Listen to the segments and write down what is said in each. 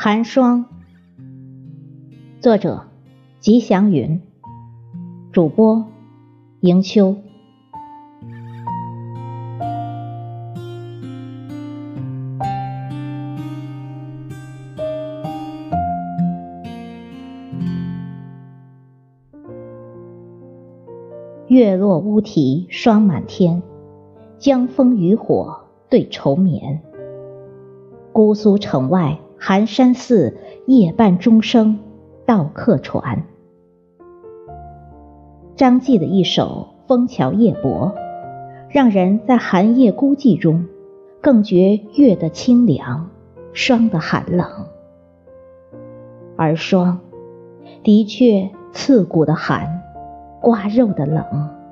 寒霜，作者吉祥云，主播迎秋。月落乌啼霜满天，江枫渔火对愁眠。姑苏城外寒山寺，夜半钟声到客船。张继的一首《枫桥夜泊》，让人在寒夜孤寂中更觉月的清凉，霜的寒冷。而霜的确刺骨的寒，刮肉的冷。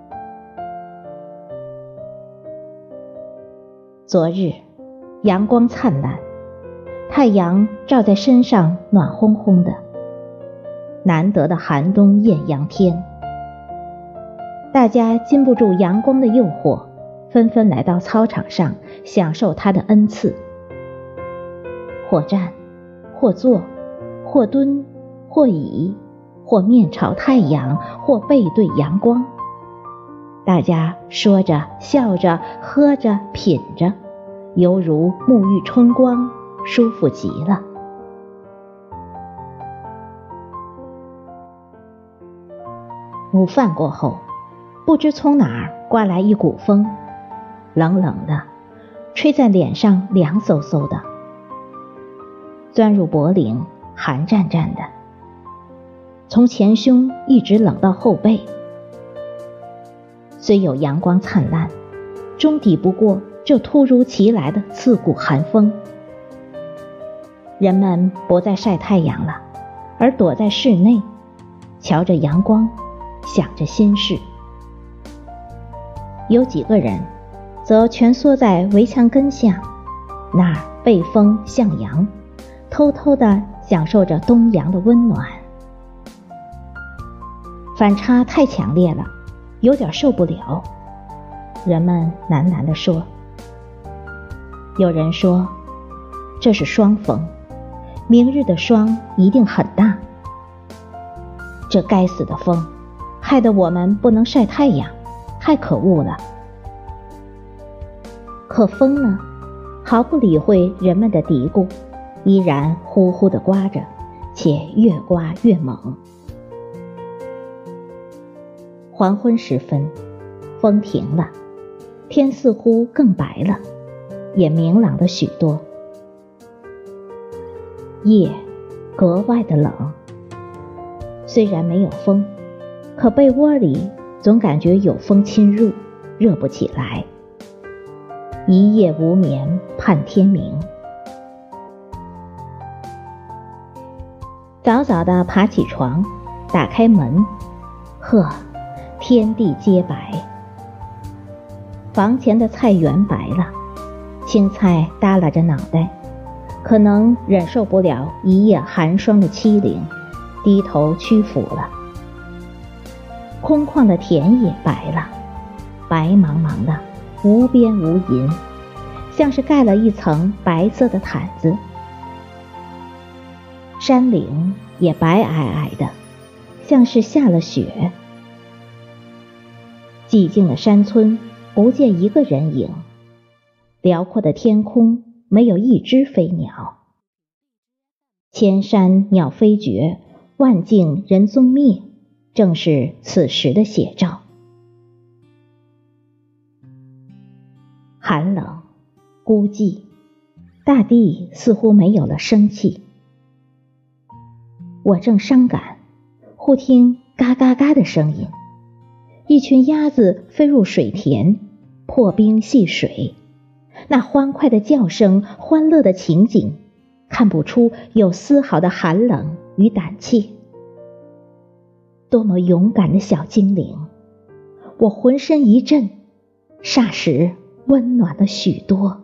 昨日阳光灿烂，太阳照在身上暖烘烘的，难得的寒冬艳阳天。大家禁不住阳光的诱惑，纷纷来到操场上享受它的恩赐。或站，或坐，或蹲，或倚，或面朝太阳，或背对阳光。大家说着笑着喝着品着，犹如沐浴春光，舒服极了。午饭过后，不知从哪儿刮来一股风，冷冷的，吹在脸上凉飕飕的，钻入脖领，寒战战的，从前胸一直冷到后背。虽有阳光灿烂，终抵不过这突如其来的刺骨寒风。人们不再晒太阳了，而躲在室内，瞧着阳光，想着心事。有几个人则蜷缩在围墙根下，那儿背风向阳，偷偷地享受着冬阳的温暖。反差太强烈了，有点受不了。人们喃喃地说。有人说，这是霜风，明日的霜一定很大。这该死的风，害得我们不能晒太阳，太可恶了。可风呢，毫不理会人们的嘀咕，依然呼呼地刮着，且越刮越猛。黄昏时分，风停了，天似乎更白了，也明朗了许多。夜格外的冷，虽然没有风，可被窝里总感觉有风侵入，热不起来。一夜无眠盼天明。早早地爬起床，打开门，呵，天地皆白。房前的菜园白了，青菜耷拉着脑袋，可能忍受不了一夜寒霜的凄凌，低头屈服了。空旷的田野白了，白茫茫的，无边无垠，像是盖了一层白色的毯子。山岭也白皑皑的，像是下了雪。寂静的山村不见一个人影，辽阔的天空没有一只飞鸟。千山鸟飞绝，万径人踪灭，正是此时的写照。寒冷，孤寂，大地似乎没有了生气。我正伤感，忽听嘎嘎嘎的声音，一群鸭子飞入水田，破冰戏水。那欢快的叫声，欢乐的情景，看不出有丝毫的寒冷与胆怯。多么勇敢的小精灵！我浑身一震，霎时温暖了许多。